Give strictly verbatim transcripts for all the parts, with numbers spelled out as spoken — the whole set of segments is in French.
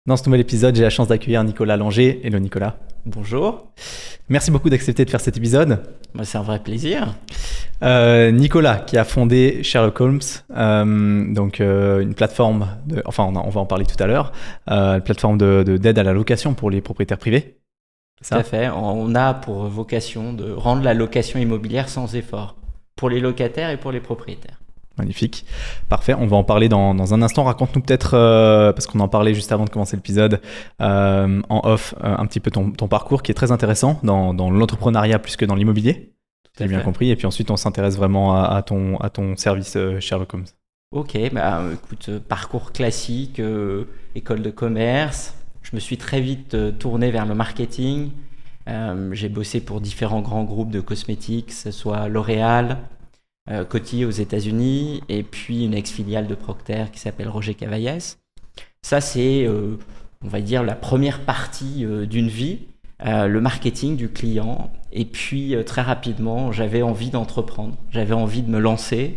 Dans ce nouvel épisode, j'ai la chance d'accueillir Nicolas Langer. Hello Nicolas. Bonjour. Merci beaucoup d'accepter de faire cet épisode. Bah, c'est un vrai plaisir. Euh, Nicolas qui a fondé Sherlock Holmes, euh, donc euh, une plateforme, de, enfin on, a, on va en parler tout à l'heure, euh, une plateforme de, de, d'aide à la location pour les propriétaires privés. Tout à fait. On a pour vocation de rendre la location immobilière sans effort pour les locataires et pour les propriétaires. Magnifique, parfait, on va en parler dans, dans un instant. Raconte-nous peut-être, euh, parce qu'on en parlait juste avant de commencer l'épisode, euh, en off, euh, un petit peu ton, ton parcours qui est très intéressant dans, dans l'entrepreneuriat plus que dans l'immobilier. J'ai bien compris, et puis ensuite on s'intéresse vraiment à, à, ton, à ton service euh, Sherlock Holmes. Ok, bah, écoute, euh, parcours classique, euh, école de commerce. Je me suis très vite euh, tourné vers le marketing. Euh, j'ai bossé pour différents grands groupes de cosmétiques, que ce soit L'Oréal, Euh, Coty aux États-Unis, et puis une ex-filiale de Procter qui s'appelle Roger Cavaillès. Ça, c'est, euh, on va dire, la première partie euh, d'une vie, euh, le marketing du client. Et puis, euh, très rapidement, j'avais envie d'entreprendre, j'avais envie de me lancer.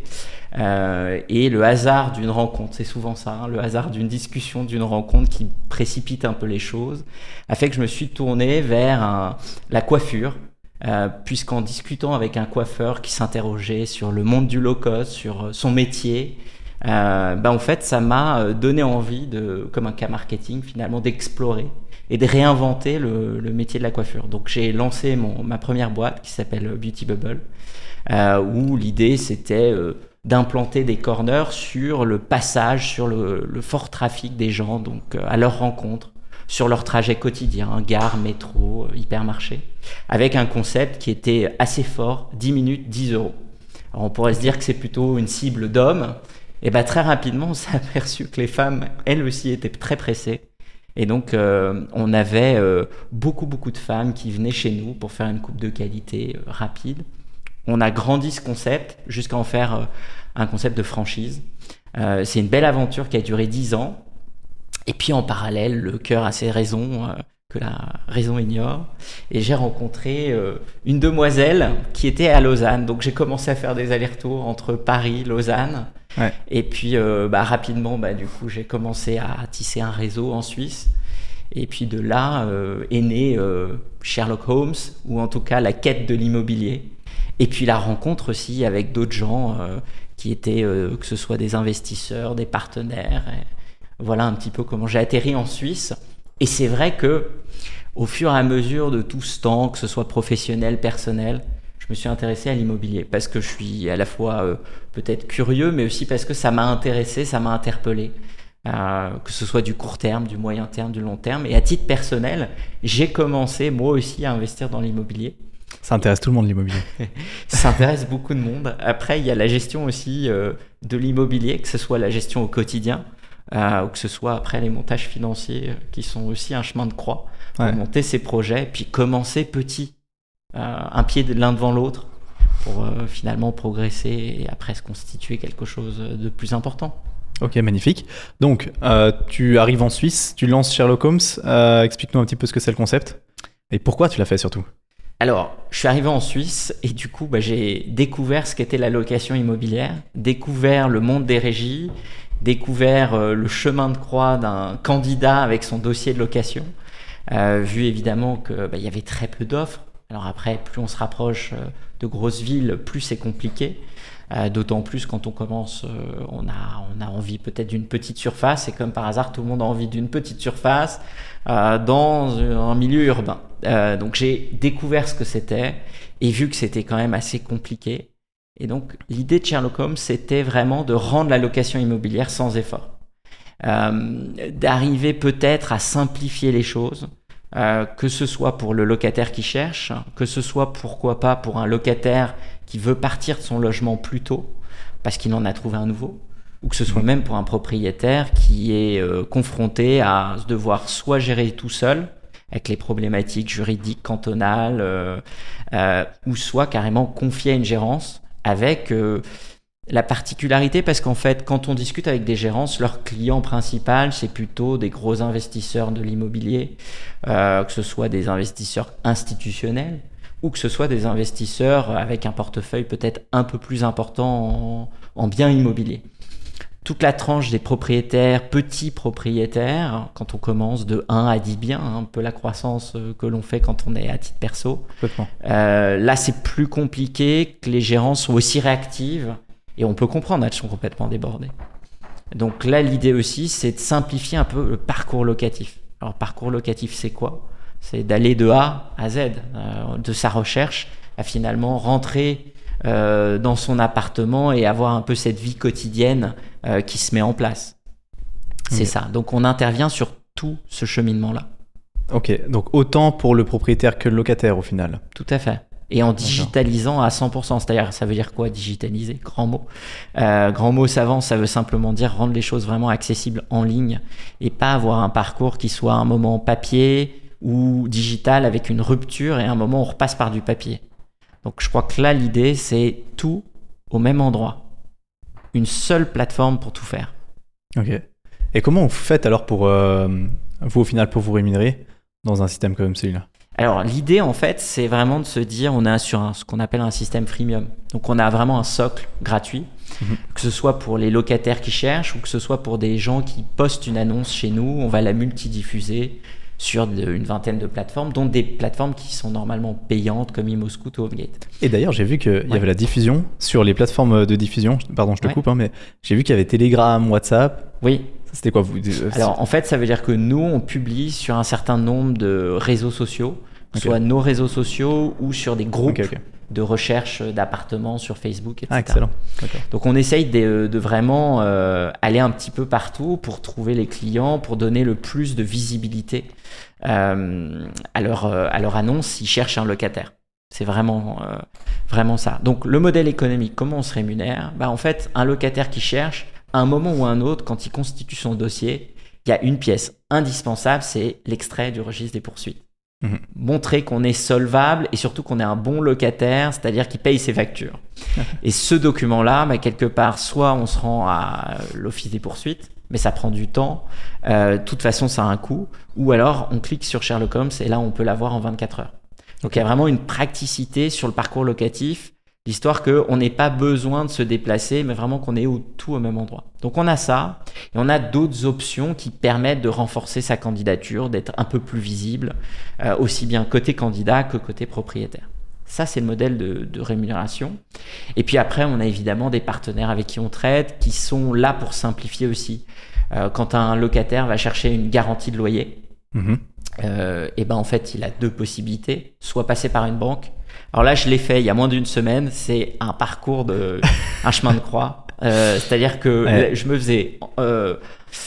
Euh, et le hasard d'une rencontre, c'est souvent ça, hein, le hasard d'une discussion, d'une rencontre qui précipite un peu les choses, a fait que je me suis tourné vers un, la coiffure. Euh, puisqu'en discutant avec un coiffeur qui s'interrogeait sur le monde du low-cost, sur son métier, euh, ben en fait, ça m'a donné envie, de, comme un cas marketing finalement, d'explorer et de réinventer le, le métier de la coiffure. Donc j'ai lancé mon, ma première boîte qui s'appelle Beauty Bubble, euh, où l'idée c'était euh, d'implanter des corners sur le passage, sur le, le fort trafic des gens, donc euh, à leur rencontre, sur leur trajet quotidien, gare, métro, hypermarché, avec un concept qui était assez fort, dix minutes, dix euros. Alors on pourrait se dire que c'est plutôt une cible d'hommes, et bien très rapidement on s'est aperçu que les femmes, elles aussi, étaient très pressées. Et donc euh, on avait euh, beaucoup beaucoup de femmes qui venaient chez nous pour faire une coupe de qualité euh, rapide. On a grandi ce concept jusqu'à en faire euh, un concept de franchise. Euh, c'est une belle aventure qui a duré dix ans. Et puis en parallèle, le cœur a ses raisons euh, que la raison ignore. Et j'ai rencontré euh, une demoiselle qui était à Lausanne. Donc j'ai commencé à faire des allers-retours entre Paris, Lausanne. Ouais. Et puis euh, bah, rapidement, bah, du coup, j'ai commencé à tisser un réseau en Suisse. Et puis de là euh, est né euh, Sherlock Holmes, ou en tout cas la quête de l'immobilier. Et puis la rencontre aussi avec d'autres gens euh, qui étaient, euh, que ce soit des investisseurs, des partenaires. Et, voilà un petit peu comment j'ai atterri en Suisse. Et c'est vrai que au fur et à mesure de tout ce temps, que ce soit professionnel, personnel, je me suis intéressé à l'immobilier parce que je suis à la fois euh, peut-être curieux, mais aussi parce que ça m'a intéressé, ça m'a interpellé. Euh, que ce soit du court terme, du moyen terme, du long terme. Et à titre personnel, j'ai commencé moi aussi à investir dans l'immobilier. Ça intéresse tout le monde, l'immobilier. Ça intéresse beaucoup de monde. Après, il y a la gestion aussi euh, de l'immobilier, que ce soit la gestion au quotidien, Euh, ou que ce soit après les montages financiers euh, qui sont aussi un chemin de croix pour ouais. monter ses projets, puis commencer petit, euh, un pied de l'un devant l'autre pour euh, finalement progresser et après se constituer quelque chose de plus important. Ok, magnifique. Donc, euh, tu arrives en Suisse, tu lances Sherlock Holmes. Euh, explique-nous un petit peu ce que c'est le concept et pourquoi tu l'as fait surtout. Alors, je suis arrivé en Suisse et du coup, bah, j'ai découvert ce qu'était la location immobilière, découvert le monde des régies, découvert euh, le chemin de croix d'un candidat avec son dossier de location, euh, vu évidemment qu'il bah, y avait très peu d'offres. Alors après, plus on se rapproche euh, de grosses villes, plus c'est compliqué. Euh, d'autant plus quand on commence, euh, on, a, on a envie peut-être d'une petite surface, et comme par hasard, tout le monde a envie d'une petite surface euh, dans un milieu urbain. Euh, donc j'ai découvert ce que c'était et vu que c'était quand même assez compliqué. Et donc, l'idée de Sherlock Holmes, c'était vraiment de rendre la location immobilière sans effort. Euh, d'arriver peut-être à simplifier les choses, euh, que ce soit pour le locataire qui cherche, que ce soit, pourquoi pas, pour un locataire qui veut partir de son logement plus tôt, parce qu'il en a trouvé un nouveau, ou que ce soit même pour un propriétaire qui est euh, confronté à devoir soit gérer tout seul, avec les problématiques juridiques cantonales, euh, euh, ou soit carrément confier à une gérance, avec euh, la particularité, parce qu'en fait, quand on discute avec des gérances, leur client principal, c'est plutôt des gros investisseurs de l'immobilier, euh, que ce soit des investisseurs institutionnels ou que ce soit des investisseurs avec un portefeuille peut-être un peu plus important en, en biens immobiliers. toute la tranche des propriétaires, petits propriétaires, quand on commence de un à dix biens, un peu la croissance que l'on fait quand on est à titre perso. Euh, là, c'est plus compliqué, que les gérants sont aussi réactives et on peut comprendre, elles sont complètement débordées. Donc là, l'idée aussi, c'est de simplifier un peu le parcours locatif. Alors, parcours locatif, c'est quoi ? C'est d'aller de A à Z, euh, de sa recherche à finalement rentrer euh, dans son appartement et avoir un peu cette vie quotidienne euh, qui se met en place. C'est okay. ça. Donc, on intervient sur tout ce cheminement-là. Ok, donc autant pour le propriétaire que le locataire au final. Tout à fait. Et en digitalisant à cent pour cent, c'est-à-dire, ça veut dire quoi, digitaliser ? Grand mot. Euh, grand mot savant, ça veut simplement dire rendre les choses vraiment accessibles en ligne et pas avoir un parcours qui soit un moment papier ou digital avec une rupture et un moment où on repasse par du papier. Donc, je crois que là, l'idée, c'est tout au même endroit. Une seule plateforme pour tout faire. Ok. Et comment vous faites alors pour, euh, vous, au final, pour vous rémunérer dans un système comme celui-là ? Alors, l'idée, en fait, c'est vraiment de se dire, on est sur un, ce qu'on appelle un système freemium. Donc, on a vraiment un socle gratuit, mmh. que ce soit pour les locataires qui cherchent ou que ce soit pour des gens qui postent une annonce chez nous. On va la multidiffuser sur de, une vingtaine de plateformes, dont des plateformes qui sont normalement payantes comme ImmoScout ou HomeGate. Et d'ailleurs, j'ai vu qu'il ouais. y avait la diffusion sur les plateformes de diffusion. Pardon, je te ouais. coupe, hein, mais j'ai vu qu'il y avait Telegram, WhatsApp. Oui. C'était quoi vous Alors, en fait, ça veut dire que nous, on publie sur un certain nombre de réseaux sociaux, okay. soit nos réseaux sociaux ou sur des groupes okay, okay. de recherche d'appartements sur Facebook, et cetera. Ah, excellent. D'accord. Donc, on essaye de, de vraiment euh, aller un petit peu partout pour trouver les clients, pour donner le plus de visibilité euh, à, leur, à leur annonce s'ils cherchent un locataire. C'est vraiment, euh, vraiment ça. Donc, le modèle économique, comment on se rémunère ? Bah, en fait, un locataire qui cherche, à un moment ou à un autre, quand il constitue son dossier, il y a une pièce indispensable, c'est l'extrait du registre des poursuites. Mmh. Montrer qu'on est solvable et surtout qu'on est un bon locataire, c'est-à-dire qu'il paye ses factures. Et ce document-là, bah, quelque part, soit on se rend à l'office des poursuites, mais ça prend du temps. Euh, de toute façon, ça a un coût. Ou alors, on clique sur Sherlock Holmes et là, on peut l'avoir en vingt-quatre heures. Donc, il y a vraiment une praticité sur le parcours locatif. L'histoire qu'on n'ait pas besoin de se déplacer, mais vraiment qu'on est au, tout au même endroit. Donc on a ça, et on a d'autres options qui permettent de renforcer sa candidature, d'être un peu plus visible, euh, aussi bien côté candidat que côté propriétaire. Ça, c'est le modèle de, de rémunération. Et puis après, on a évidemment des partenaires avec qui on traite, qui sont là pour simplifier aussi. Euh, quand un locataire va chercher une garantie de loyer, mmh. euh, et ben en fait, il a deux possibilités. Soit passer par une banque. Alors là, je l'ai fait il y a moins d'une semaine. C'est un parcours de, un chemin de croix. Euh, c'est-à-dire que ouais. je me faisais euh,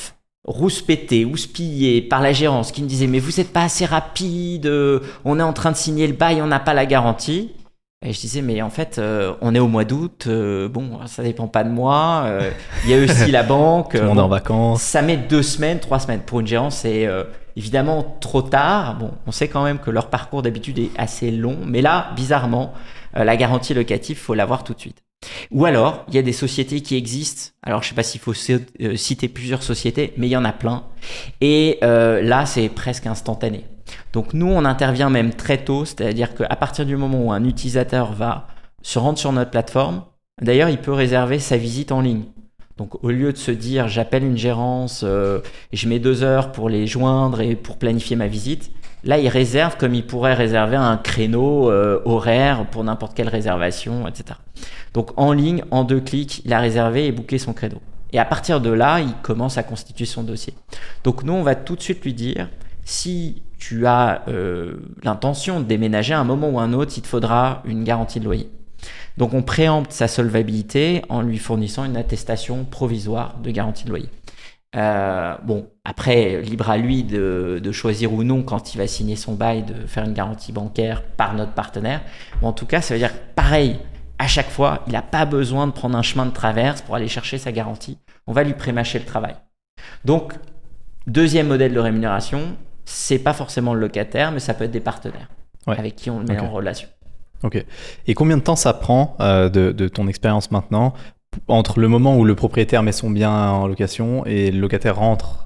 rouspéter, houspiller par la gérance qui me disait « Mais vous n'êtes pas assez rapide, euh, on est en train de signer le bail, on n'a pas la garantie. » Et je disais « Mais en fait, euh, on est au mois d'août, euh, bon, ça dépend pas de moi. Euh, il y a aussi la banque. » Tout le monde bon, en vacances. Ça met deux semaines, trois semaines. Pour une gérance, c'est... Euh, évidemment trop tard. Bon, on sait quand même que leur parcours d'habitude est assez long, mais là, bizarrement, euh, la garantie locative, faut l'avoir tout de suite. Ou alors, il y a des sociétés qui existent. Alors, je sais pas s'il faut euh, citer plusieurs sociétés, mais il y en a plein. Et euh, là, c'est presque instantané. Donc, nous, on intervient même très tôt, c'est-à-dire qu'à partir du moment où un utilisateur va se rendre sur notre plateforme, d'ailleurs, il peut réserver sa visite en ligne. Donc, au lieu de se dire, j'appelle une gérance, euh, et je mets deux heures pour les joindre et pour planifier ma visite, là, il réserve comme il pourrait réserver un créneau euh, horaire pour n'importe quelle réservation, et cetera. Donc, en ligne, en deux clics, il a réservé et booké son créneau. Et à partir de là, il commence à constituer son dossier. Donc, nous, on va tout de suite lui dire, si tu as euh, l'intention de déménager à un moment ou à un autre, il te faudra une garantie de loyer. Donc, on préempte sa solvabilité en lui fournissant une attestation provisoire de garantie de loyer. Euh, bon, après, libre à lui de, de choisir ou non, quand il va signer son bail, de faire une garantie bancaire par notre partenaire. Mais en tout cas, ça veut dire pareil, à chaque fois, il n'a pas besoin de prendre un chemin de traverse pour aller chercher sa garantie. On va lui prémâcher le travail. Donc, deuxième modèle de rémunération, c'est pas forcément le locataire, mais ça peut être des partenaires ouais. avec qui on le met okay. en relation. Ok. Et combien de temps ça prend euh, de, de ton expérience maintenant entre le moment où le propriétaire met son bien en location et le locataire rentre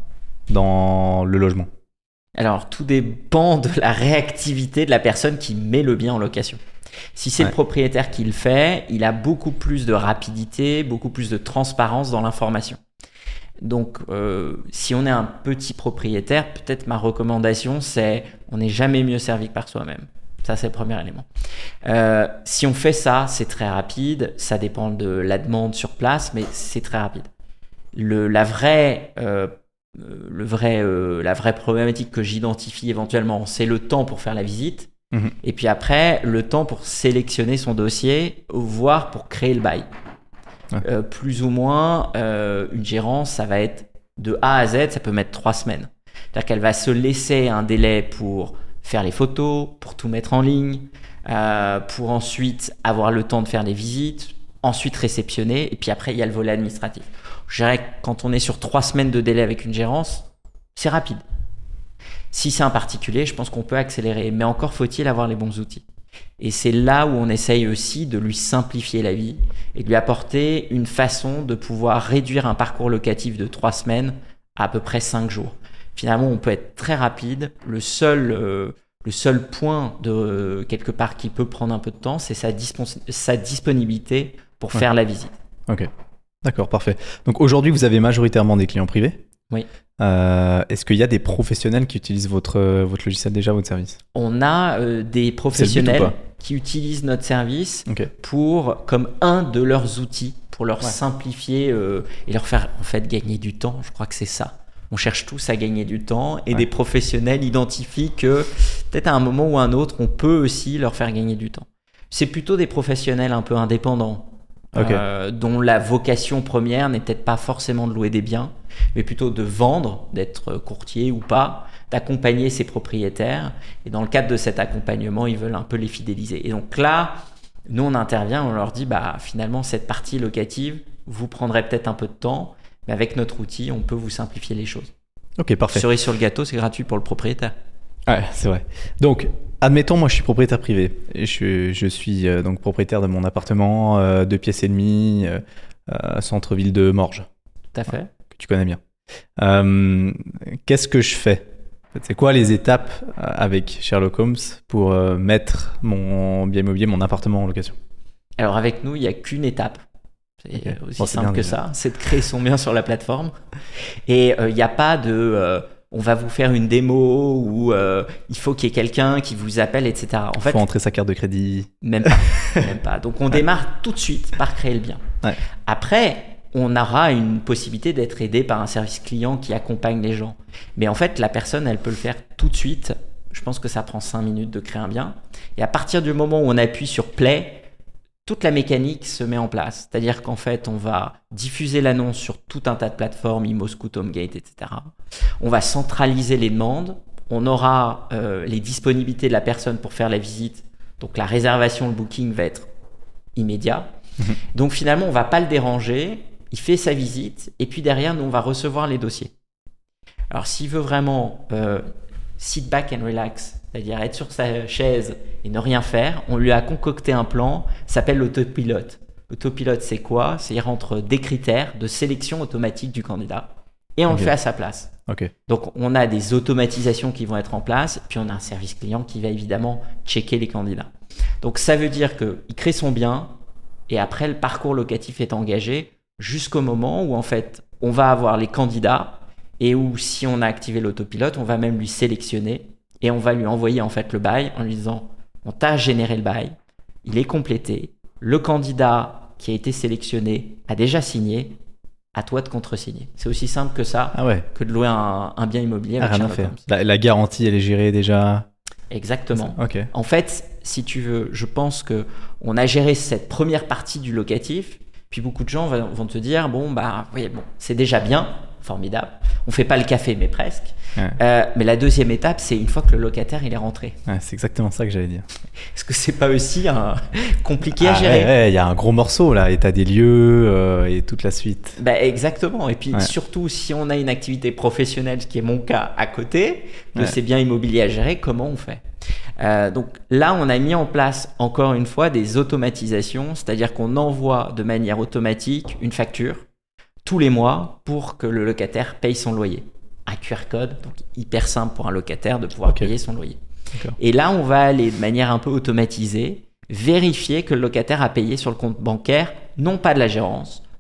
dans le logement ? Alors, tout dépend de la réactivité de la personne qui met le bien en location. Si c'est ouais. le propriétaire qui le fait, il a beaucoup plus de rapidité, beaucoup plus de transparence dans l'information. Donc, euh, si on est un petit propriétaire, peut-être ma recommandation, c'est on n'est jamais mieux servi que par soi-même. Ça, c'est le premier élément. Euh, si on fait ça, c'est très rapide. Ça dépend de la demande sur place, mais c'est très rapide. Le, la, vraie, euh, le vrai, euh, la vraie problématique que j'identifie éventuellement, c'est le temps pour faire la visite. Mmh. Et puis après, le temps pour sélectionner son dossier, voire pour créer le bail. Ouais. Euh, plus ou moins, euh, une gérance, ça va être de A à Z, ça peut mettre trois semaines. C'est-à-dire qu'elle va se laisser un délai pour faire les photos, pour tout mettre en ligne, euh, pour ensuite avoir le temps de faire les visites, ensuite réceptionner, et puis après, il y a le volet administratif. Je dirais que quand on est sur trois semaines de délai avec une gérance, c'est rapide. Si c'est un particulier, je pense qu'on peut accélérer, mais encore faut-il avoir les bons outils. Et c'est là où on essaye aussi de lui simplifier la vie et de lui apporter une façon de pouvoir réduire un parcours locatif de trois semaines à à peu près cinq jours. Finalement, on peut être très rapide. Le seul, euh, le seul point de euh, quelque part qui peut prendre un peu de temps, c'est sa, dispons- sa disponibilité pour ouais. faire la visite. Ok, d'accord, parfait. Donc aujourd'hui, vous avez majoritairement des clients privés. Oui. Euh, est-ce qu'il y a des professionnels qui utilisent votre, votre logiciel déjà, votre service ? On a euh, des professionnels qui utilisent notre service okay. pour, comme un de leurs outils pour leur ouais. simplifier euh, et leur faire en fait gagner du temps. Je crois que c'est ça. On cherche tous à gagner du temps et ouais. des professionnels identifient que peut-être à un moment ou à un autre, on peut aussi leur faire gagner du temps. C'est plutôt des professionnels un peu indépendants. Okay. Euh, dont la vocation première n'est peut-être pas forcément de louer des biens, mais plutôt de vendre, d'être courtier ou pas, d'accompagner ses propriétaires. Et dans le cadre de cet accompagnement, ils veulent un peu les fidéliser. Et donc là, nous, on intervient, on leur dit, bah, finalement, cette partie locative, vous prendrez peut-être un peu de temps, mais avec notre outil, on peut vous simplifier les choses. Ok, parfait. Cerise sur le gâteau, c'est gratuit pour le propriétaire. Ouais, c'est vrai. Donc, admettons, moi, je suis propriétaire privé. Et je, je suis euh, donc propriétaire de mon appartement, euh, deux pièces et demie, euh, euh, centre-ville de Morges. Tout à fait. Ouais, que tu connais bien. Euh, qu'est-ce que je fais ? C'est quoi les étapes avec Sherlock Homes pour euh, mettre mon bien immobilier, mon appartement en location ? Alors, avec nous, il n'y a qu'une étape. C'est okay. aussi bon, c'est simple que déjà. ça. C'est de créer son bien sur la plateforme. Et il euh, n'y a pas de... Euh, on va vous faire une démo ou euh, il faut qu'il y ait quelqu'un qui vous appelle, et cetera. En fait, il faut entrer sa carte de crédit. Même pas. même pas. Donc, on ouais. démarre tout de suite par créer le bien. Ouais. Après, on aura une possibilité d'être aidé par un service client qui accompagne les gens. Mais en fait, la personne, elle peut le faire tout de suite. Je pense que ça prend cinq minutes de créer un bien. Et à partir du moment où on appuie sur Play, toute la mécanique se met en place. C'est-à-dire qu'en fait, on va diffuser l'annonce sur tout un tas de plateformes, ImmoScout, HomeGate, et cetera. On va centraliser les demandes. On aura euh, les disponibilités de la personne pour faire la visite. Donc, la réservation, le booking va être immédiat. Mmh. Donc, finalement, on ne va pas le déranger. Il fait sa visite. Et puis, derrière, nous, on va recevoir les dossiers. Alors, s'il veut vraiment euh, sit back and relax, c'est-à-dire être sur sa chaise et ne rien faire, on lui a concocté un plan, ça s'appelle l'autopilote. L'autopilote, c'est quoi ? C'est il rentre des critères de sélection automatique du candidat et on okay. le fait à sa place. Okay. Donc, on a des automatisations qui vont être en place, puis on a un service client qui va évidemment checker les candidats. Donc, ça veut dire qu'il crée son bien et après, le parcours locatif est engagé jusqu'au moment où, en fait, on va avoir les candidats et où, si on a activé l'autopilote, on va même lui sélectionner et on va lui envoyer en fait le bail en lui disant on t'a généré le bail, il est complété, le candidat qui a été sélectionné a déjà signé, à toi de contresigner. C'est aussi simple que ça, ah ouais. que de louer un, un bien immobilier avec ah, rien à faire. La, la garantie, elle est gérée déjà. Exactement. Okay. En fait, si tu veux, je pense que on a géré cette première partie du locatif, puis beaucoup de gens vont, vont te dire bon bah oui bon c'est déjà bien. Formidable. On fait pas le café, mais presque. Ouais. Euh, mais la deuxième étape, c'est une fois que le locataire il est rentré. Ouais, c'est exactement ça que j'allais dire. Est-ce que c'est pas aussi un... compliqué ah, à gérer ? Ouais, ouais, il y a un gros morceau là, état des lieux euh, et toute la suite. Bah, exactement. Et puis ouais. surtout, si on a une activité professionnelle, ce qui est mon cas à côté, de ouais. ces biens immobiliers à gérer, comment on fait ? Euh, donc là, on a mis en place encore une fois des automatisations, c'est-à-dire qu'on envoie de manière automatique une facture tous les mois pour que le locataire paye son loyer. Un Q R code, donc hyper simple pour un locataire de pouvoir okay. payer son loyer. D'accord. Et là, on va aller de manière un peu automatisée vérifier que le locataire a payé sur le compte bancaire, non pas de la gérance,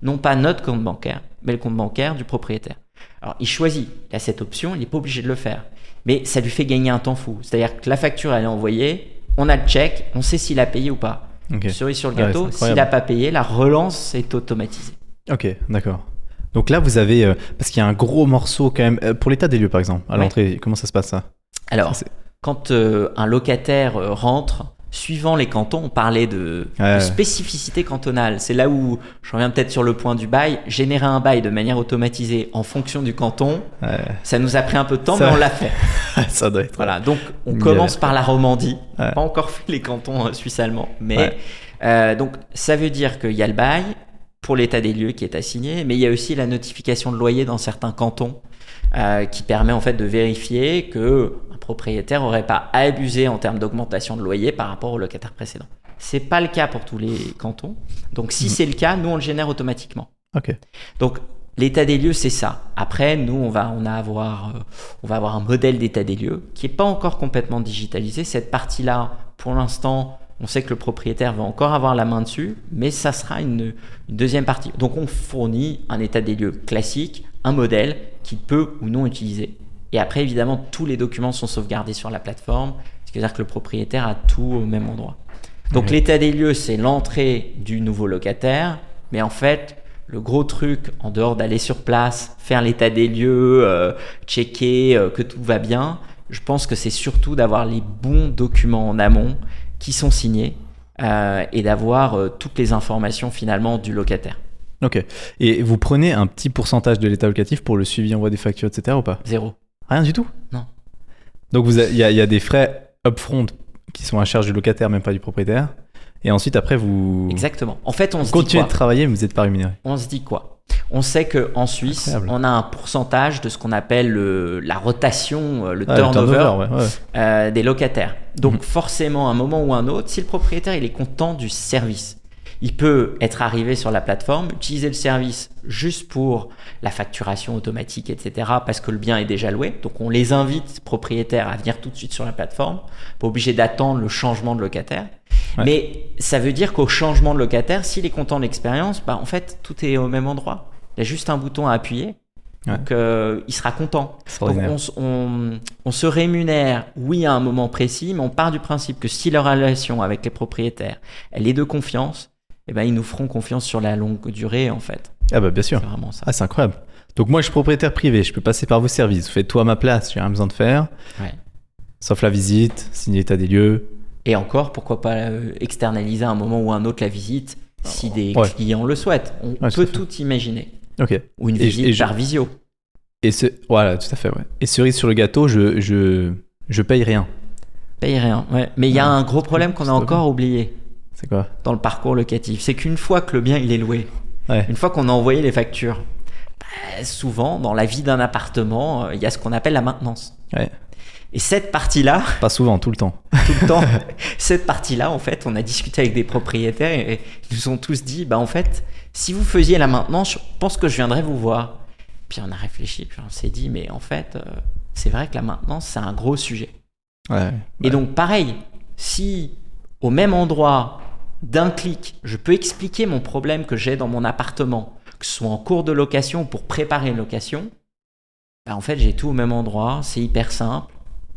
non pas notre compte bancaire, mais le compte bancaire du propriétaire. Alors, il choisit, il a cette option, il n'est pas obligé de le faire. Mais ça lui fait gagner un temps fou. C'est-à-dire que la facture, elle est envoyée, on a le chèque, on sait s'il a payé ou pas. Okay. Cerise sur le gâteau, ouais, s'il n'a pas payé, la relance est automatisée. Ok, d'accord. Donc là, vous avez... Euh, parce qu'il y a un gros morceau quand même... Euh, pour l'état des lieux, par exemple, à ouais. l'entrée, comment ça se passe, ça? Alors, ça, quand euh, un locataire euh, rentre... Suivant les cantons, on parlait de, ouais. de spécificité cantonale. C'est là où, je reviens peut-être sur le point du bail, générer un bail de manière automatisée en fonction du canton, ouais. ça nous a pris un peu de temps, ça... mais on l'a fait. Ça doit être... Voilà, donc on commence par la Romandie. Ouais. Pas encore fait les cantons suisse-allemands, mais ouais. euh, donc ça veut dire qu'il y a le bail pour l'état des lieux qui est assigné, mais il y a aussi la notification de loyer dans certains cantons euh, qui permet en fait de vérifier que propriétaire n'aurait pas abusé en termes d'augmentation de loyer par rapport au locataire précédent. Ce n'est pas le cas pour tous les cantons. Donc, si mmh. c'est le cas, nous, on le génère automatiquement. Okay. Donc, l'état des lieux, c'est ça. Après, nous, on va, on a avoir, euh, on va avoir un modèle d'état des lieux qui n'est pas encore complètement digitalisé. Cette partie-là, pour l'instant, on sait que le propriétaire va encore avoir la main dessus, mais ça sera une, une deuxième partie. Donc, on fournit un état des lieux classique, un modèle qu'il peut ou non utiliser. Et après, évidemment, tous les documents sont sauvegardés sur la plateforme, c'est-à-dire que le propriétaire a tout au même endroit. Donc, mmh. l'état des lieux, c'est l'entrée du nouveau locataire. Mais en fait, le gros truc, en dehors d'aller sur place, faire l'état des lieux, euh, checker euh, que tout va bien, je pense que c'est surtout d'avoir les bons documents en amont qui sont signés euh, et d'avoir euh, toutes les informations finalement du locataire. Ok. Et vous prenez un petit pourcentage de l'état locatif pour le suivi, envoi des factures, et cetera ou pas? Zéro. Rien du tout? Non. Donc il y, y a des frais upfront qui sont à charge du locataire, même pas du propriétaire. Et ensuite, après, vous... Exactement. En fait, on vous se dit quoi? Continuez de travailler, mais vous n'êtes pas rémunéré. On se dit quoi? On sait qu'en Suisse, Incroyable. on a un pourcentage de ce qu'on appelle le, la rotation, le ah, turnover, le turnover ouais, ouais. Euh, des locataires. Donc mmh. forcément, à un moment ou un autre, si le propriétaire il est content du service, il peut être arrivé sur la plateforme, utiliser le service juste pour la facturation automatique, et cetera, parce que le bien est déjà loué. Donc, on les invite, propriétaires, à venir tout de suite sur la plateforme, pas obligé d'attendre le changement de locataire. Ouais. Mais ça veut dire qu'au changement de locataire, s'il est content de l'expérience, bah, en fait, tout est au même endroit. Il y a juste un bouton à appuyer. Ouais. Donc, euh, il sera content. Donc, on, on, on se rémunère, oui, à un moment précis, mais on part du principe que si leur relation avec les propriétaires, elle est de confiance, eh ben, ils nous feront confiance sur la longue durée, en fait. Ah bah bien sûr. C'est vraiment ça. Ah, c'est incroyable. Donc moi, je suis propriétaire privé, je peux passer par vos services. Vous faites tout à ma place, j'ai rien besoin de faire. Ouais. Sauf la visite, signer l'état des lieux. Et encore, pourquoi pas euh, externaliser à un moment ou un autre la visite, si des ouais. clients le souhaitent. On ouais, peut tout, tout imaginer. Ok. Ou une et visite et je, par visio. Et ce, voilà, tout à fait, ouais. Et cerise sur le gâteau, je, je, je paye rien. Paye rien, ouais. Mais il y a ouais. un gros problème qu'on a encore oublié. C'est quoi? Dans le parcours locatif. C'est qu'une fois que le bien il est loué, ouais. une fois qu'on a envoyé les factures, bah, souvent, dans la vie d'un appartement, il y a ce qu'on appelle la maintenance. Ouais. Et cette partie-là... Pas souvent, tout le temps. Tout le temps. Cette partie-là, en fait, on a discuté avec des propriétaires et ils nous ont tous dit, bah, en fait, si vous faisiez la maintenance, je pense que je viendrais vous voir. Puis on a réfléchi, puis on s'est dit, mais en fait, euh, c'est vrai que la maintenance, c'est un gros sujet. Ouais, ouais. Et donc, pareil, si au même endroit, d'un clic, je peux expliquer mon problème que j'ai dans mon appartement, que ce soit en cours de location ou pour préparer une location, bah, en fait, j'ai tout au même endroit, c'est hyper simple.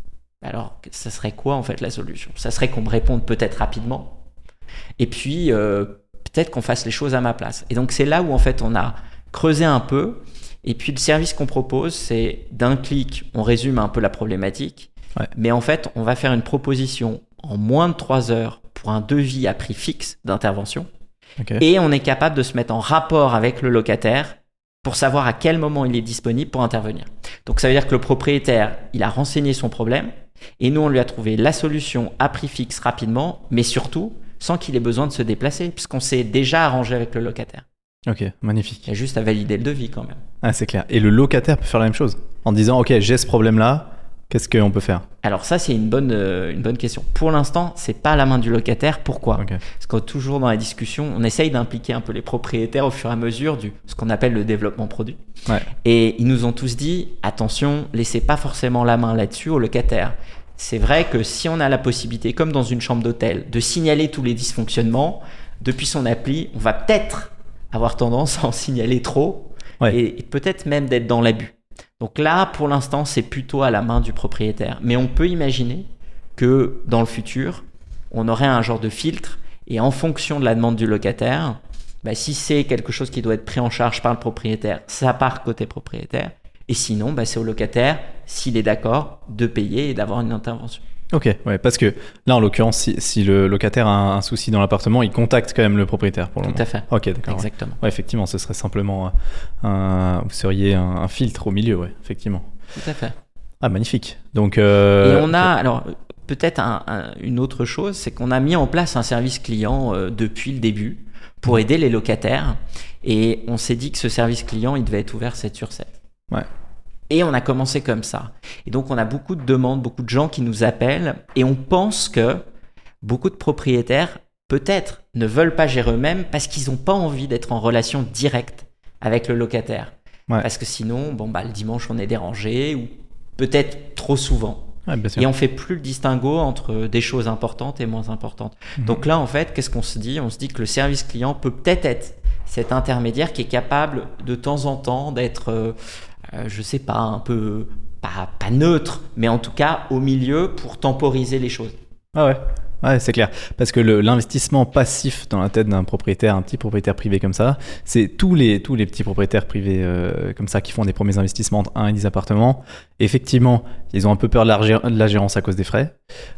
Alors, ça serait quoi en fait la solution? Ça serait qu'on me réponde peut-être rapidement et puis euh, peut-être qu'on fasse les choses à ma place. Et donc, c'est là où en fait on a creusé un peu et puis le service qu'on propose, c'est d'un clic, on résume un peu la problématique, ouais. mais en fait, on va faire une proposition en moins de trois heures pour un devis à prix fixe d'intervention okay. et on est capable de se mettre en rapport avec le locataire pour savoir à quel moment il est disponible pour intervenir. Donc, ça veut dire que le propriétaire, il a renseigné son problème et nous, on lui a trouvé la solution à prix fixe rapidement, mais surtout sans qu'il ait besoin de se déplacer puisqu'on s'est déjà arrangé avec le locataire. Ok, magnifique. Il y a juste à valider le devis quand même. Ah, c'est clair. Et le locataire peut faire la même chose en disant, ok, j'ai ce problème-là, qu'est-ce qu'on peut faire? Alors ça, c'est une bonne, euh, une bonne question. Pour l'instant, c'est pas à la main du locataire. Pourquoi? okay. Parce que toujours dans la discussion, on essaye d'impliquer un peu les propriétaires au fur et à mesure du ce qu'on appelle le développement produit. Ouais. Et ils nous ont tous dit, attention, laissez pas forcément la main là-dessus au locataire. C'est vrai que si on a la possibilité, comme dans une chambre d'hôtel, de signaler tous les dysfonctionnements, depuis son appli, on va peut-être avoir tendance à en signaler trop Ouais. et, et peut-être même d'être dans l'abus. Donc là, pour l'instant, c'est plutôt à la main du propriétaire. Mais on peut imaginer que dans le futur, on aurait un genre de filtre et en fonction de la demande du locataire, bah, si c'est quelque chose qui doit être pris en charge par le propriétaire, ça part côté propriétaire. Et sinon, bah, c'est au locataire, s'il est d'accord, de payer et d'avoir une intervention. Ok, ouais, parce que là, en l'occurrence, si, si le locataire a un, un souci dans l'appartement, il contacte quand même le propriétaire pour le Tout moment. à fait. Ok, d'accord. Exactement. Ouais. Ouais, effectivement, ce serait simplement un, vous seriez un, un filtre au milieu, ouais, effectivement. Tout à fait. Ah, magnifique. Donc, euh, Et on a, ok. alors, peut-être un, un, une autre chose, c'est qu'on a mis en place un service client euh, depuis le début pour aider les locataires. Et on s'est dit que ce service client, il devait être ouvert sept sur sept. Ouais. Et on a commencé comme ça. Et donc, on a beaucoup de demandes, beaucoup de gens qui nous appellent. Et on pense que beaucoup de propriétaires, peut-être, ne veulent pas gérer eux-mêmes parce qu'ils n'ont pas envie d'être en relation directe avec le locataire. Ouais. Parce que sinon, bon, bah, le dimanche, on est dérangé ou peut-être trop souvent. Ouais, bien sûr. Et on fait plus le distinguo entre des choses importantes et moins importantes. Mhm. Donc là, en fait, qu'est-ce qu'on se dit ? On se dit que le service client peut peut-être être cet intermédiaire qui est capable de temps en temps d'être, euh, euh, je sais pas, un peu, pas, pas neutre, mais en tout cas au milieu pour temporiser les choses. Ah ouais. Ouais, c'est clair. Parce que le, l'investissement passif dans la tête d'un propriétaire, un petit propriétaire privé comme ça, c'est tous les, tous les petits propriétaires privés euh, comme ça qui font des premiers investissements entre un et dix appartements. Effectivement, ils ont un peu peur de la, gé- de la gérance à cause des frais.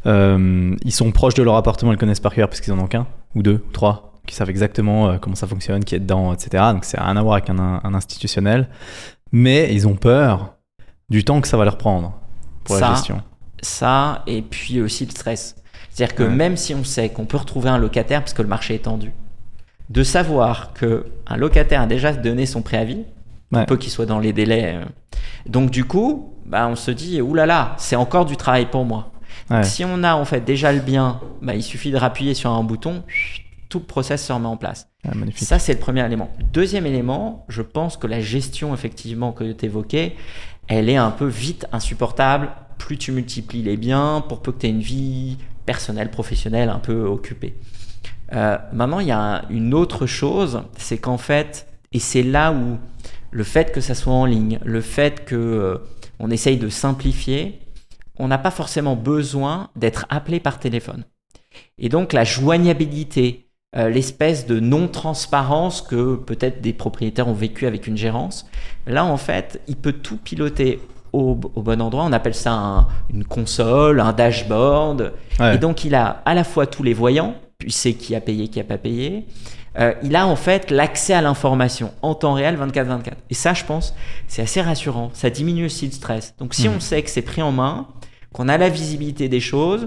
Euh, ils sont proches de leur appartement, ils le connaissent par cœur parce qu'ils en ont qu'un, ou deux, ou trois, qui savent exactement euh, comment ça fonctionne, qui est dedans, et cetera. Donc, c'est rien à voir avec un, un institutionnel. Mais ils ont peur du temps que ça va leur prendre pour Ça, la gestion. Ça, et puis aussi le stress. C'est-à-dire que Ouais. même si on sait qu'on peut retrouver un locataire parce que le marché est tendu, de savoir qu'un locataire a déjà donné son préavis, Ouais. un peu qu'il soit dans les délais. euh. Donc du coup, bah, on se dit, oulala, c'est encore du travail pour moi. Ouais. Donc, si on a en fait déjà le bien, bah, il suffit de rappuyer sur un bouton, tout le process se remet en place. Ah, magnifique. Ça, c'est le premier élément. Deuxième élément, je pense que la gestion, effectivement, que tu évoquais, elle est un peu vite insupportable. Plus tu multiplies les biens, pour peu que tu aies une vie personnelle, professionnelle un peu occupée. Euh, maintenant, il y a un- une autre chose, c'est qu'en fait, et c'est là où le fait que ça soit en ligne, le fait que euh, on essaye de simplifier, on n'a pas forcément besoin d'être appelé par téléphone. Et donc, la joignabilité, euh, l'espèce de non-transparence que peut-être des propriétaires ont vécu avec une gérance, là, en fait, il peut tout piloter au, au bon endroit. On appelle ça un- une console, un dashboard. Ouais. Et donc, il a à la fois tous les voyants, puis il sait qui a payé, qui n'a pas payé. Euh, il a en fait l'accès à l'information en temps réel vingt-quatre vingt-quatre. Et ça, je pense, c'est assez rassurant. Ça diminue aussi le stress. Donc, si Mhm. on sait que c'est pris en main, qu'on a la visibilité des choses,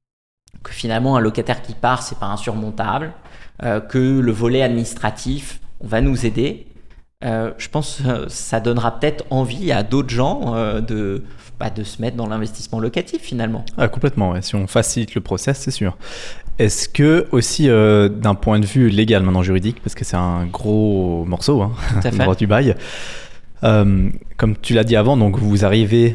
que finalement, un locataire qui part, c'est pas insurmontable, euh, que le volet administratif, on va nous aider, euh, je pense que euh, ça donnera peut-être envie à d'autres gens euh, de, bah, de se mettre dans l'investissement locatif finalement. Ah, complètement, ouais. Si on facilite le process, c'est sûr. Est-ce que aussi, euh, d'un point de vue légal, maintenant juridique, parce que c'est un gros morceau, hein, Tout à le fait. droit du bail, euh, comme tu l'as dit avant, donc vous arrivez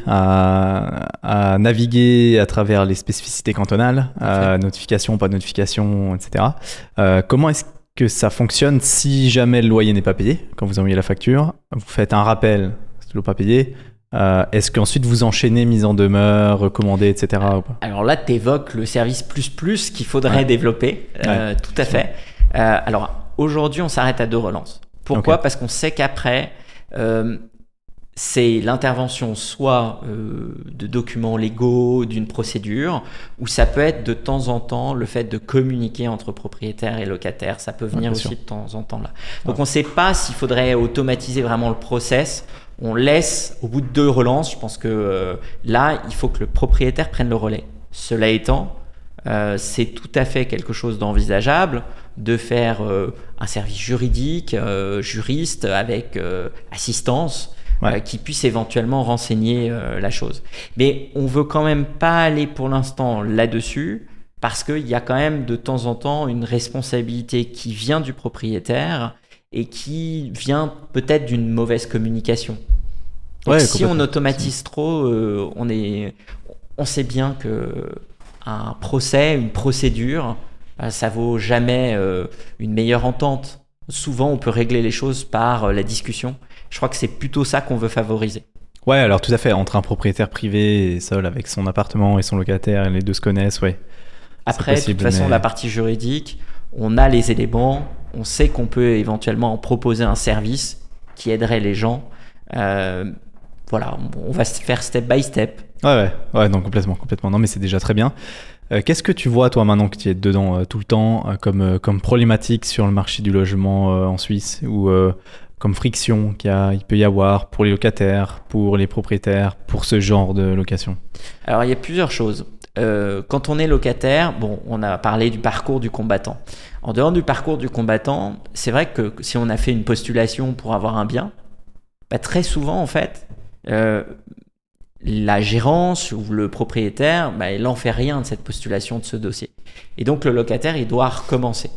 à, à naviguer à travers les spécificités cantonales, Tout à euh, notification, pas de notification, et cetera. Euh, comment est-ce que ça fonctionne si jamais le loyer n'est pas payé, quand vous envoyez la facture, vous faites un rappel, c'est toujours pas payé. Euh, est-ce qu'ensuite vous enchaînez mise en demeure, recommandé, et cetera ou pas ? Alors là, tu évoques le service plus plus qu'il faudrait Ouais. développer. Euh, Ouais. tout à fait. Euh, alors aujourd'hui, on s'arrête à deux relances. Pourquoi ? Ok. Parce qu'on sait qu'après, euh, c'est l'intervention soit euh, de documents légaux, d'une procédure, ou ça peut être de temps en temps le fait de communiquer entre propriétaires et locataires. Ça peut venir bien aussi sûr. de temps en temps là. Donc Ouais. on ne sait pas s'il faudrait automatiser vraiment le process. On laisse au bout de deux relances. Je pense que euh, là, il faut que le propriétaire prenne le relais. Cela étant, euh, c'est tout à fait quelque chose d'envisageable de faire euh, un service juridique, euh, juriste avec euh, assistance. Ouais. Euh, qui puisse éventuellement renseigner euh, la chose. Mais on veut quand même pas aller pour l'instant là-dessus parce qu'il y a quand même de temps en temps une responsabilité qui vient du propriétaire et qui vient peut-être d'une mauvaise communication. Donc Ouais, si on complètement. automatise trop, euh, on, est, on sait bien que un procès, une procédure, euh, ça vaut jamais euh, une meilleure entente. Souvent, on peut régler les choses par la discussion. Je crois que c'est plutôt ça qu'on veut favoriser. Ouais, alors tout à fait. Entre un propriétaire privé et seul avec son appartement et son locataire, les deux se connaissent, ouais. Après, possible, de toute façon, mais... la partie juridique, on a les éléments, on sait qu'on peut éventuellement proposer un service qui aiderait les gens. Euh, voilà, on va se faire step by step. Ouais, ouais, ouais, non, complètement, complètement. Non, mais c'est déjà très bien. Euh, qu'est-ce que tu vois, toi, maintenant que tu es dedans euh, tout le temps, euh, comme, euh, comme problématique sur le marché du logement euh, en Suisse, ou euh, comme friction qu'il y a, il peut y avoir pour les locataires, pour les propriétaires, pour ce genre de location? Alors, il y a plusieurs choses. Euh, quand on est locataire, bon, on a parlé du parcours du combattant. En dehors du parcours du combattant, c'est vrai que si on a fait une postulation pour avoir un bien, bah, très souvent, en fait, euh, la gérance ou le propriétaire, bah, il n'en fait rien de cette postulation, de ce dossier. Et donc, le locataire, il doit recommencer.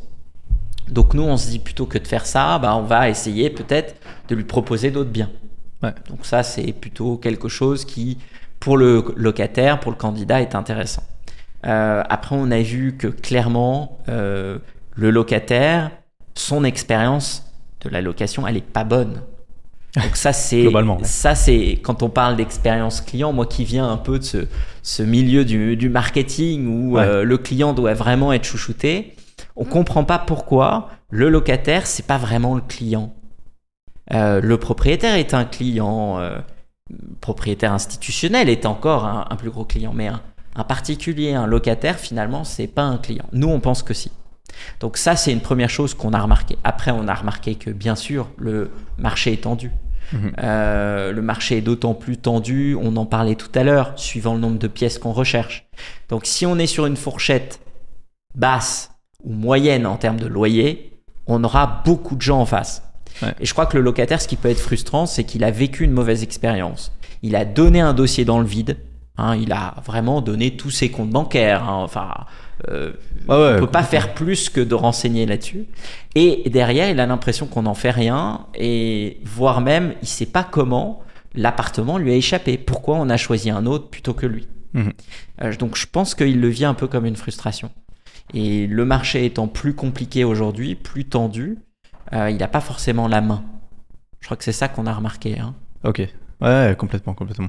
Donc, nous, on se dit plutôt que de faire ça, bah, on va essayer peut-être de lui proposer d'autres biens. Ouais. Donc, ça, c'est plutôt quelque chose qui, pour le locataire, pour le candidat, est intéressant. Euh, après, on a vu que clairement, euh, le locataire, son expérience de la location, elle n'est pas bonne. Donc ça, c'est, Globalement, ouais. ça, c'est quand on parle d'expérience client, moi qui viens un peu de ce, ce milieu du, du marketing où ouais. euh, le client doit vraiment être chouchouté, on ne comprend pas pourquoi le locataire, ce n'est pas vraiment le client. Euh, le propriétaire est un client, euh, propriétaire institutionnel est encore un, un plus gros client, mais un, un particulier, un locataire, finalement, ce n'est pas un client. Nous, on pense que si. Donc ça, c'est une première chose qu'on a remarqué. Après, on a remarqué que, bien sûr, le marché est tendu. Mmh. Euh, le marché est d'autant plus tendu, on en parlait tout à l'heure, suivant le nombre de pièces qu'on recherche. Donc, si on est sur une fourchette basse ou moyenne en termes de loyer, on aura beaucoup de gens en face. Ouais. Et je crois que le locataire, ce qui peut être frustrant, c'est qu'il a vécu une mauvaise expérience. Il a donné un dossier dans le vide. Hein, il a vraiment donné tous ses comptes bancaires. Hein, enfin... Euh, ah ouais, on ne peut pas faire plus que de renseigner là-dessus. Et derrière, il a l'impression qu'on n'en fait rien, et voire même, il ne sait pas comment l'appartement lui a échappé. Pourquoi on a choisi un autre plutôt que lui. Mmh. Euh, donc, je pense qu'il le vit un peu comme une frustration. Et le marché étant plus compliqué aujourd'hui, plus tendu, euh, il n'a pas forcément la main. Je crois que c'est ça qu'on a remarqué. Hein. Ok, ouais, complètement, complètement.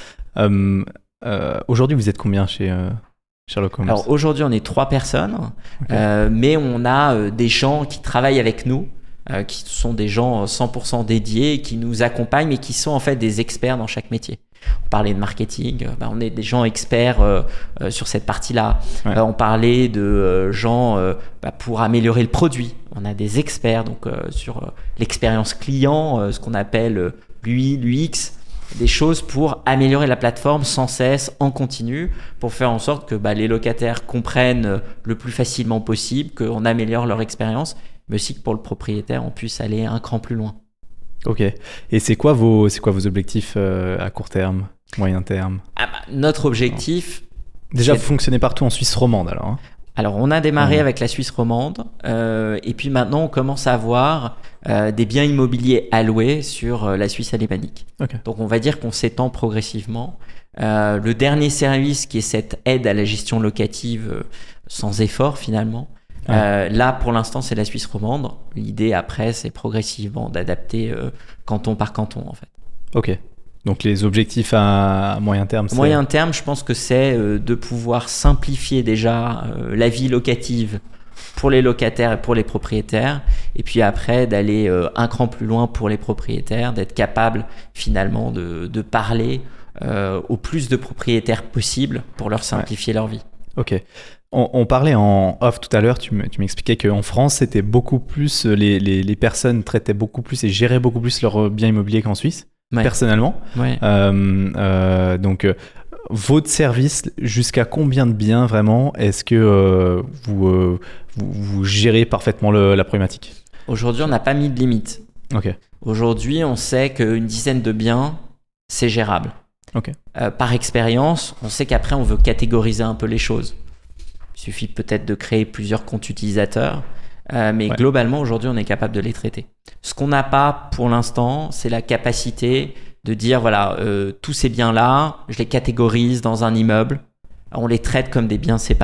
Euh, euh, aujourd'hui, vous êtes combien chez... Euh... Sherlock Holmes. Alors aujourd'hui, on est trois personnes, okay. euh, mais on a euh, des gens qui travaillent avec nous, euh, qui sont des gens cent pour cent dédiés, qui nous accompagnent, mais qui sont en fait des experts dans chaque métier. On parlait de marketing, euh, bah, on est des gens experts euh, euh, sur cette partie-là. Ouais. Euh, on parlait de euh, gens euh, bah, pour améliorer le produit. On a des experts donc euh, sur euh, l'expérience client, euh, ce qu'on appelle euh, l'U I, l'U X. Des choses pour améliorer la plateforme sans cesse, en continu, pour faire en sorte que bah, les locataires comprennent le plus facilement possible, qu'on améliore leur expérience, mais aussi que pour le propriétaire, on puisse aller un cran plus loin. Ok. Et c'est quoi vos, c'est quoi vos objectifs euh, à court terme, moyen terme? Ah bah, notre objectif... Déjà, vous fonctionnez partout en Suisse romande alors hein? Alors, on a démarré mmh. avec la Suisse romande euh, et puis maintenant, on commence à avoir euh, des biens immobiliers alloués sur euh, la Suisse alémanique. Okay. Donc, on va dire qu'on s'étend progressivement. Euh, le dernier service qui est cette aide à la gestion locative euh, sans effort finalement, ouais. euh, là, pour l'instant, c'est la Suisse romande. L'idée après, c'est progressivement d'adapter euh, canton par canton en fait. Ok. Donc les objectifs à moyen terme, c'est... Moyen terme, je pense que c'est euh, de pouvoir simplifier déjà euh, la vie locative pour les locataires et pour les propriétaires, et puis après d'aller euh, un cran plus loin pour les propriétaires, d'être capable finalement de, de parler euh, au plus de propriétaires possible pour leur simplifier ouais. leur vie. Ok. On, on parlait en off tout à l'heure, tu, me, tu m'expliquais qu'en France, c'était beaucoup plus, les, les, les personnes traitaient beaucoup plus et géraient beaucoup plus leurs biens immobiliers qu'en Suisse. Ouais. Personnellement. Ouais. Euh, euh, donc, euh, votre service, jusqu'à combien de biens vraiment est-ce que euh, vous, euh, vous, vous gérez parfaitement le, la problématique? Aujourd'hui, on n'a pas mis de limite. Okay. Aujourd'hui, on sait qu'une dizaine de biens, c'est gérable. Okay. Euh, par expérience, on sait qu'après, on veut catégoriser un peu les choses. Il suffit peut-être de créer plusieurs comptes utilisateurs. Euh, mais ouais. globalement, aujourd'hui, on est capable de les traiter. Ce qu'on n'a pas pour l'instant, c'est la capacité de dire, voilà, euh, tous ces biens-là, je les catégorise dans un immeuble, on les traite comme des biens séparés.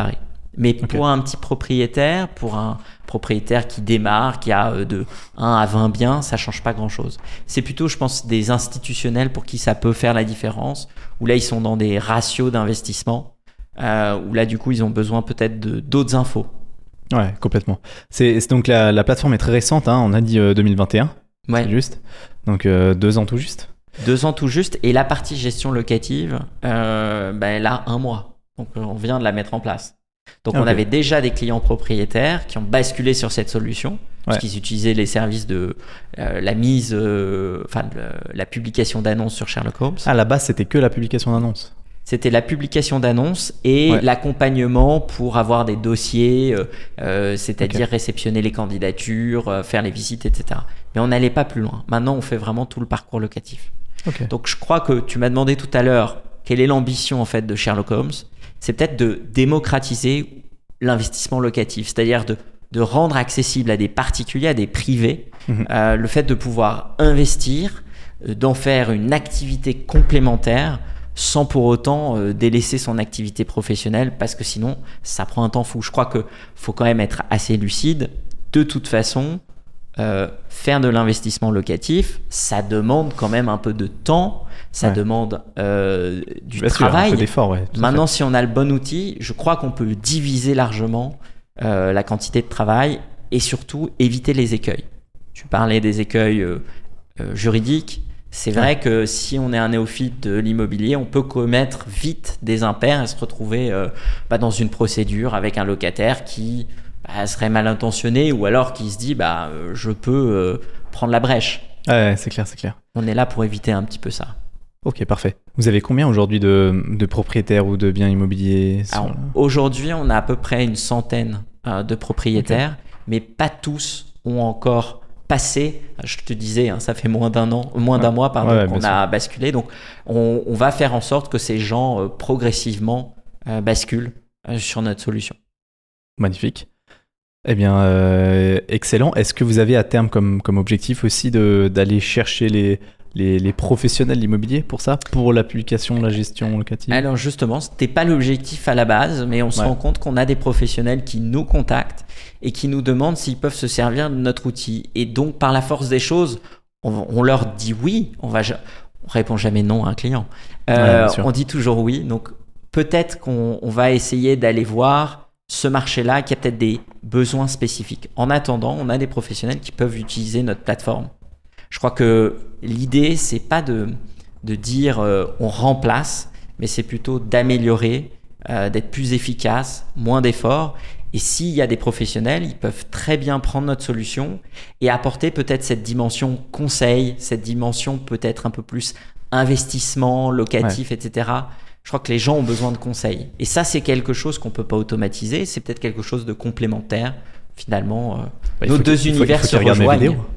Mais Okay. pour un petit propriétaire, pour un propriétaire qui démarre, qui a euh, de un à vingt biens, ça change pas grand-chose. C'est plutôt, je pense, des institutionnels pour qui ça peut faire la différence, où là, ils sont dans des ratios d'investissement, euh, où là, du coup, ils ont besoin peut-être de, d'autres infos. Ouais, complètement. C'est, c'est donc la, la plateforme est très récente, hein, on a dit euh, deux mille vingt et un, Ouais. c'est juste. Donc euh, deux ans tout juste. Deux ans tout juste. Et la partie gestion locative, euh, ben, elle a un mois. Donc, euh, on vient de la mettre en place. Donc, Ah, on ok. avait déjà des clients propriétaires qui ont basculé sur cette solution, Ouais. parce qu'ils utilisaient les services de euh, la mise, euh, enfin, de, la publication d'annonces sur Sherlock Holmes. À la base, c'était que la publication d'annonces. C'était la publication d'annonces et Ouais. l'accompagnement pour avoir des dossiers, euh, euh, c'est-à-dire Ok. réceptionner les candidatures, euh, faire les visites, et cetera. Mais on n'allait pas plus loin. Maintenant, on fait vraiment tout le parcours locatif. Ok. Donc, je crois que tu m'as demandé tout à l'heure quelle est l'ambition en fait de Sherlock Holmes. C'est peut-être de démocratiser l'investissement locatif, c'est-à-dire de, de rendre accessible à des particuliers, à des privés, Mhm. euh, le fait de pouvoir investir, euh, d'en faire une activité complémentaire sans pour autant euh, délaisser son activité professionnelle, parce que sinon, ça prend un temps fou. Je crois qu'il faut quand même être assez lucide. De toute façon, euh, faire de l'investissement locatif, ça demande quand même un peu de temps, ça Ouais. demande euh, du Bien sûr, travail. un peu d'effort, ouais. tout à Maintenant, fait. si on a le bon outil, je crois qu'on peut diviser largement euh, la quantité de travail et surtout éviter les écueils. Tu parlais des écueils euh, euh, juridiques. C'est vrai Ouais. que si on est un néophyte de l'immobilier, on peut commettre vite des impairs et se retrouver euh, bah, dans une procédure avec un locataire qui bah, serait mal intentionné ou alors qui se dit bah, euh, je peux euh, prendre la brèche. Ouais, c'est clair, c'est clair. On est là pour éviter un petit peu ça. Ok, parfait. Vous avez combien aujourd'hui de, de propriétaires ou de biens immobiliers sur Alors, la- aujourd'hui, on a à peu près une centaine euh, de propriétaires, mais pas tous ont encore passé. Je te disais, hein, ça fait moins d'un an, moins Ouais. d'un mois, pardon, Ouais, qu'on bien a basculé. Donc, on, on va faire en sorte que ces gens euh, progressivement euh, basculent euh, sur notre solution. Magnifique. Eh bien, euh, excellent. Est-ce que vous avez à terme comme, comme objectif aussi de, d'aller chercher les, les, les professionnels de l'immobilier pour ça, pour la publication, la gestion locative? Alors justement, ce n'était pas l'objectif à la base, mais on se Ouais. rend compte qu'on a des professionnels qui nous contactent et qui nous demandent s'ils peuvent se servir de notre outil. Et donc, par la force des choses, on, on leur dit oui. On va, ja- on répond jamais non à un client. Euh, Ouais, bien sûr. on dit toujours oui. Donc, peut-être qu'on on va essayer d'aller voir ce marché-là qui a peut-être des besoins spécifiques. En attendant, on a des professionnels qui peuvent utiliser notre plateforme. Je crois que l'idée, c'est pas de, de dire euh, on remplace, mais c'est plutôt d'améliorer, euh, d'être plus efficace, moins d'efforts. Et s'il y a des professionnels, ils peuvent très bien prendre notre solution et apporter peut-être cette dimension conseil, cette dimension peut-être un peu plus investissement, locatif, et cetera. Je crois que les gens ont besoin de conseils. Et ça, c'est quelque chose qu'on ne peut pas automatiser. C'est peut-être quelque chose de complémentaire. Finalement, euh, Bah, il nos faut deux qu'il- il faut- univers il faut se qu'ils regardent mes rejoignent. vidéos.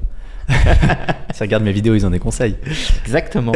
S'ils regardent mes vidéos, ils ont des conseils. Exactement.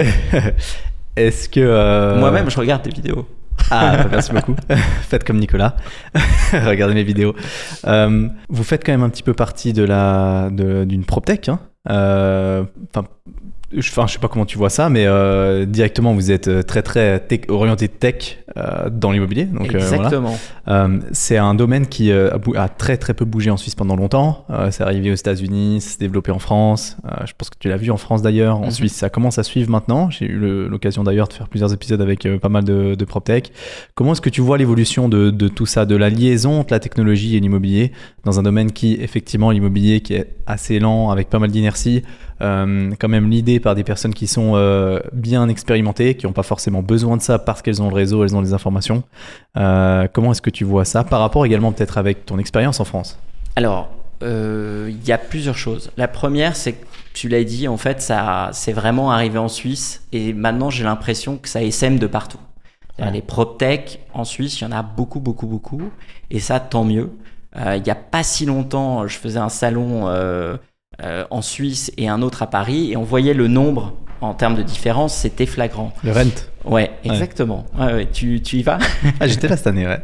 Est-ce que... euh, Moi-même, je regarde tes vidéos. Ah, bah, merci beaucoup. Faites comme Nicolas. Regardez mes vidéos. Euh, vous faites quand même un petit peu partie de la, de, d'une PropTech. Hein. Euh, Enfin, je, enfin, je sais pas comment tu vois ça, mais euh, directement, vous êtes très, très tech, orienté tech euh, dans l'immobilier. Donc, euh, voilà. Exactement. Euh, c'est un domaine qui euh, a, bou- a très très peu bougé en Suisse pendant longtemps. Euh, c'est arrivé aux États-Unis, ça s'est développé en France. Euh, je pense que tu l'as vu en France d'ailleurs. En Mhm. Suisse, ça commence à suivre maintenant. J'ai eu le- l'occasion d'ailleurs de faire plusieurs épisodes avec euh, pas mal de, de PropTech. Comment est-ce que tu vois l'évolution de, de tout ça, de la liaison entre la technologie et l'immobilier dans un domaine qui, effectivement, l'immobilier qui est assez lent, avec pas mal d'inertie, euh, quand même l'idée par des personnes qui sont euh, bien expérimentées, qui n'ont pas forcément besoin de ça parce qu'elles ont le réseau, elles ont les informations. Euh, comment est-ce que tu vois ça par rapport également peut-être avec ton expérience en France? Alors, euh, il y a plusieurs choses. La première, c'est que tu l'as dit, en fait, ça, c'est vraiment arrivé en Suisse et maintenant, j'ai l'impression que ça essaime de partout. Ouais. Les PropTech en Suisse, il y en a beaucoup, beaucoup, beaucoup. Et ça, tant mieux. Euh, il n'y a pas si longtemps, je faisais un salon euh, euh, en Suisse et un autre à Paris et on voyait le nombre en termes de différence, c'était flagrant. Le rent. Ouais, exactement. Ouais, ouais, tu, tu y vas? Ah, j'étais là cette année, ouais.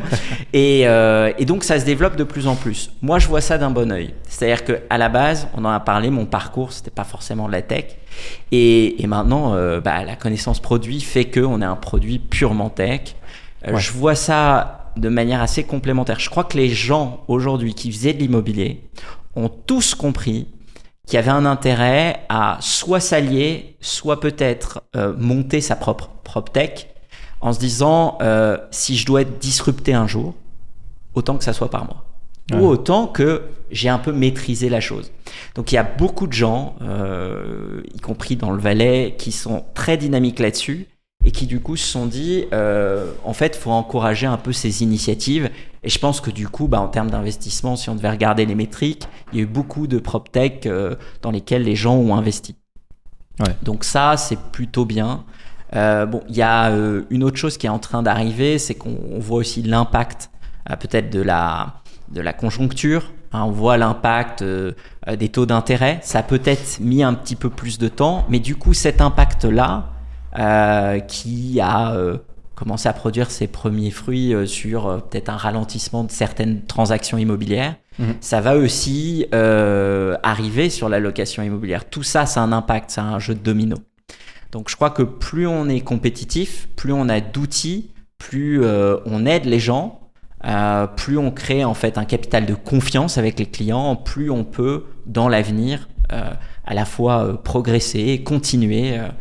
Et, euh, et donc, ça se développe de plus en plus. Moi, je vois ça d'un bon œil. C'est-à-dire qu'à la base, on en a parlé, mon parcours, c'était pas forcément de la tech. Et, et maintenant, euh, bah, la connaissance produit fait qu'on est un produit purement tech. Euh, Ouais. Je vois ça de manière assez complémentaire. Je crois que les gens aujourd'hui qui faisaient de l'immobilier ont tous compris qu'il y avait un intérêt à soit s'allier, soit peut-être euh, monter sa propre PropTech en se disant euh, si je dois être disrupté un jour, autant que ça soit par moi. Ouais. Ou autant que j'ai un peu maîtrisé la chose. Donc il y a beaucoup de gens, euh, y compris dans le Valais, qui sont très dynamiques là-dessus et qui du coup se sont dit euh, en fait il faut encourager un peu ces initiatives. Et je pense que du coup bah, en termes d'investissement, si on devait regarder les métriques, il y a eu beaucoup de PropTech euh, dans lesquels les gens ont investi. Ouais. Donc ça c'est plutôt bien. Euh, bon, il y a euh, une autre chose qui est en train d'arriver, c'est qu'on on voit aussi l'impact euh, peut-être de la de la conjoncture, hein, on voit l'impact euh, des taux d'intérêt, ça a peut-être mis un petit peu plus de temps, mais du coup cet impact-là euh, qui a euh, commencé à produire ses premiers fruits euh, sur euh, peut-être un ralentissement de certaines transactions immobilières, mmh. ça va aussi euh, arriver sur la location immobilière. Tout ça, ça a un impact, c'est un jeu de domino. Donc je crois que plus on est compétitif, plus on a d'outils, plus euh, on aide les gens, Euh, plus on crée en fait un capital de confiance avec les clients, plus on peut dans l'avenir euh, à la fois euh, progresser, continuer. Euh,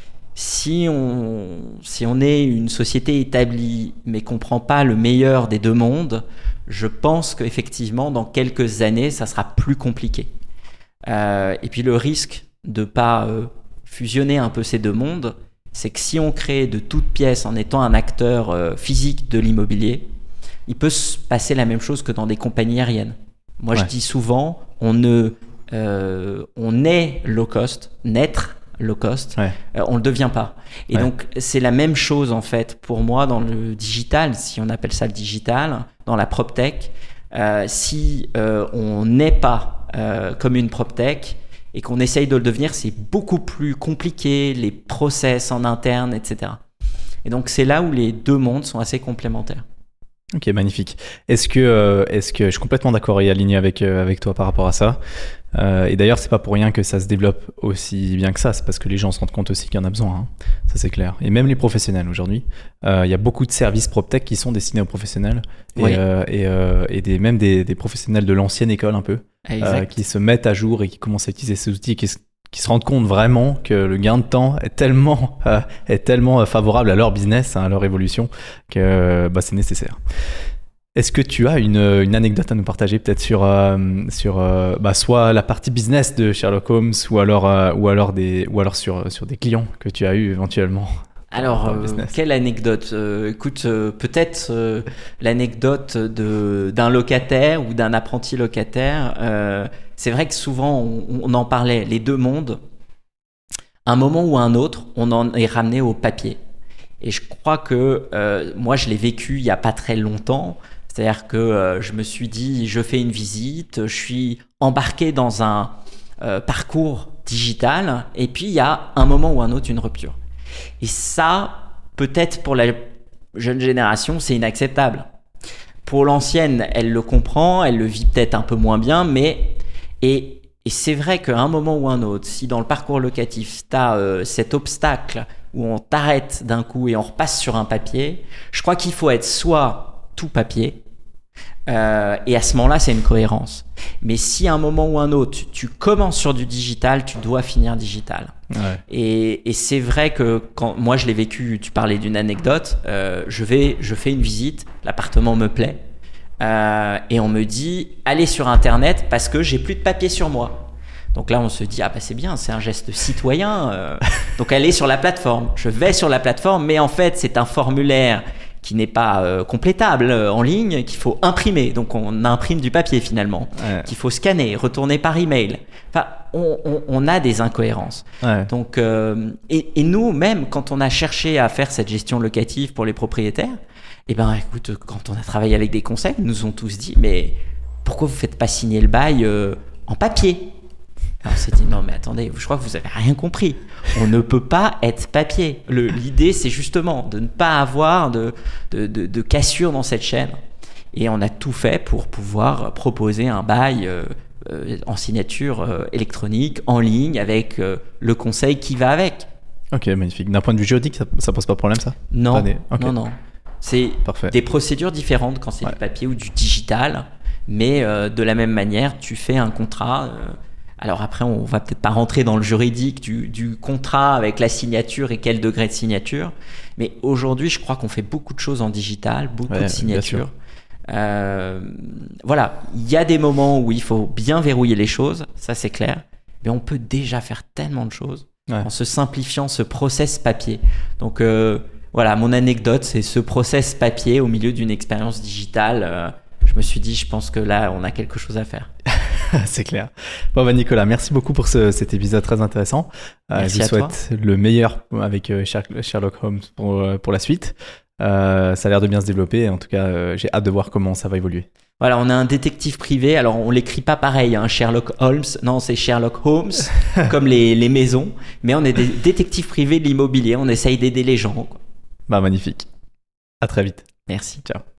si on si on est une société établie mais qu'on prend pas le meilleur des deux mondes, je pense qu'effectivement dans quelques années ça sera plus compliqué. Euh, et puis le risque de pas euh, fusionner un peu ces deux mondes, c'est que si on crée de toutes pièces en étant un acteur euh, physique de l'immobilier, il peut se passer la même chose que dans des compagnies aériennes. Moi, ouais. je dis souvent, on, ne, euh, on est low cost, naître low cost, ouais. euh, on ne le devient pas. Et ouais. donc, c'est la même chose, en fait, pour moi, dans le digital, si on appelle ça le digital, dans la PropTech. Euh, si euh, on n'est pas euh, comme une PropTech et qu'on essaye de le devenir, c'est beaucoup plus compliqué, les process en interne, et cetera. Et donc, c'est là où les deux mondes sont assez complémentaires. Ok, magnifique. Est-ce que, euh, est-ce que je suis complètement d'accord et aligné avec euh, avec toi par rapport à ça. Euh, et d'ailleurs, c'est pas pour rien que ça se développe aussi bien que ça. C'est parce que les gens se rendent compte aussi qu'il y en a besoin. Hein. Ça, c'est clair. Et même les professionnels aujourd'hui, euh, il y a beaucoup de services PropTech qui sont destinés aux professionnels et oui. euh, et, euh, et des même des, des professionnels de l'ancienne école un peu, euh, qui se mettent à jour et qui commencent à utiliser ces outils, qui qui se rendent compte vraiment que le gain de temps est tellement, euh, est tellement favorable à leur business, hein, à leur évolution, que bah, c'est nécessaire. Est-ce que tu as une, une anecdote à nous partager peut-être sur, euh, sur euh, bah, soit la partie business de Sherlock Holmes ou alors, euh, ou alors, des, ou alors sur, sur des clients que tu as eu éventuellement? Alors, euh, quelle anecdote euh, Écoute, euh, peut-être euh, l'anecdote de, d'un locataire ou d'un apprenti locataire. Euh, c'est vrai que souvent, on, on en parlait, les deux mondes. À un moment ou à un autre, on en est ramené au papier. Et je crois que euh, moi, je l'ai vécu il n'y a pas très longtemps. C'est-à-dire que euh, je me suis dit, je fais une visite, je suis embarqué dans un euh, parcours digital. Et puis, il y a un moment ou un autre, une rupture. Et ça, peut-être pour la jeune génération, c'est inacceptable. Pour l'ancienne, elle le comprend, elle le vit peut-être un peu moins bien, mais et, et c'est vrai qu'à un moment ou un autre, si dans le parcours locatif, tu as euh, cet obstacle où on t'arrête d'un coup et on repasse sur un papier, je crois qu'il faut être soit tout papier, Euh, et à ce moment-là, c'est une cohérence. Mais si à un moment ou un autre, tu, tu commences sur du digital, tu dois finir digital. Ouais. Et, et c'est vrai que quand moi je l'ai vécu, tu parlais d'une anecdote, euh, je vais, je fais une visite, l'appartement me plaît, euh, et on me dit allez sur Internet parce que j'ai plus de papier sur moi. Donc là, on se dit ah bah c'est bien, c'est un geste citoyen. Euh, donc allez sur la plateforme. Je vais sur la plateforme, mais en fait c'est un formulaire qui n'est pas euh, complétable euh, en ligne, qu'il faut imprimer. Donc, on imprime du papier finalement, ouais. qu'il faut scanner, retourner par email. Enfin, on, on, on a des incohérences. Ouais. Donc, euh, et, et nous, même quand on a cherché à faire cette gestion locative pour les propriétaires, eh ben, écoute, quand on a travaillé avec des conseils, ils nous ont tous dit, mais pourquoi vous ne faites pas signer le bail euh, en papier ? Alors on s'est dit non mais attendez, je crois que vous avez rien compris. On ne peut pas être papier. Le, l'idée c'est justement de ne pas avoir de, de, de, de cassure dans cette chaîne. Et on a tout fait pour pouvoir proposer un bail euh, euh, en signature euh, électronique, en ligne, avec euh, le conseil qui va avec. Ok, magnifique. D'un point de vue juridique, ça, ça pose pas de problème ça ? Non, okay. non, non. C'est Parfait. des procédures différentes quand c'est Ouais. du papier ou du digital, mais euh, de la même manière, tu fais un contrat. Euh, alors après, on va peut-être pas rentrer dans le juridique du, du contrat avec la signature et quel degré de signature, mais aujourd'hui, je crois qu'on fait beaucoup de choses en digital, beaucoup Ouais, de bien signatures. sûr. Euh, voilà, il y a des moments où il faut bien verrouiller les choses, ça c'est clair, mais on peut déjà faire tellement de choses Ouais. en se simplifiant ce process papier. Donc euh, voilà, mon anecdote, c'est ce process papier au milieu d'une expérience digitale. Euh, je me suis dit, je pense que là, on a quelque chose à faire. C'est clair. Bon, bah, Nicolas, merci beaucoup pour ce, cet épisode très intéressant. Euh, Merci je vous à toi. souhaite le meilleur avec euh, Sher- Sherlock Holmes pour, euh, pour la suite. Euh, ça a l'air de bien se développer. En tout cas, euh, j'ai hâte de voir comment ça va évoluer. Voilà, on a un détective privé. Alors, on l'écrit pas pareil, hein, Sherlock Holmes. Non, c'est Sherlock Holmes, comme les, les maisons. Mais on est des détectives privés de l'immobilier. On essaye d'aider les gens, quoi. Bah, magnifique. À très vite. Merci. Ciao.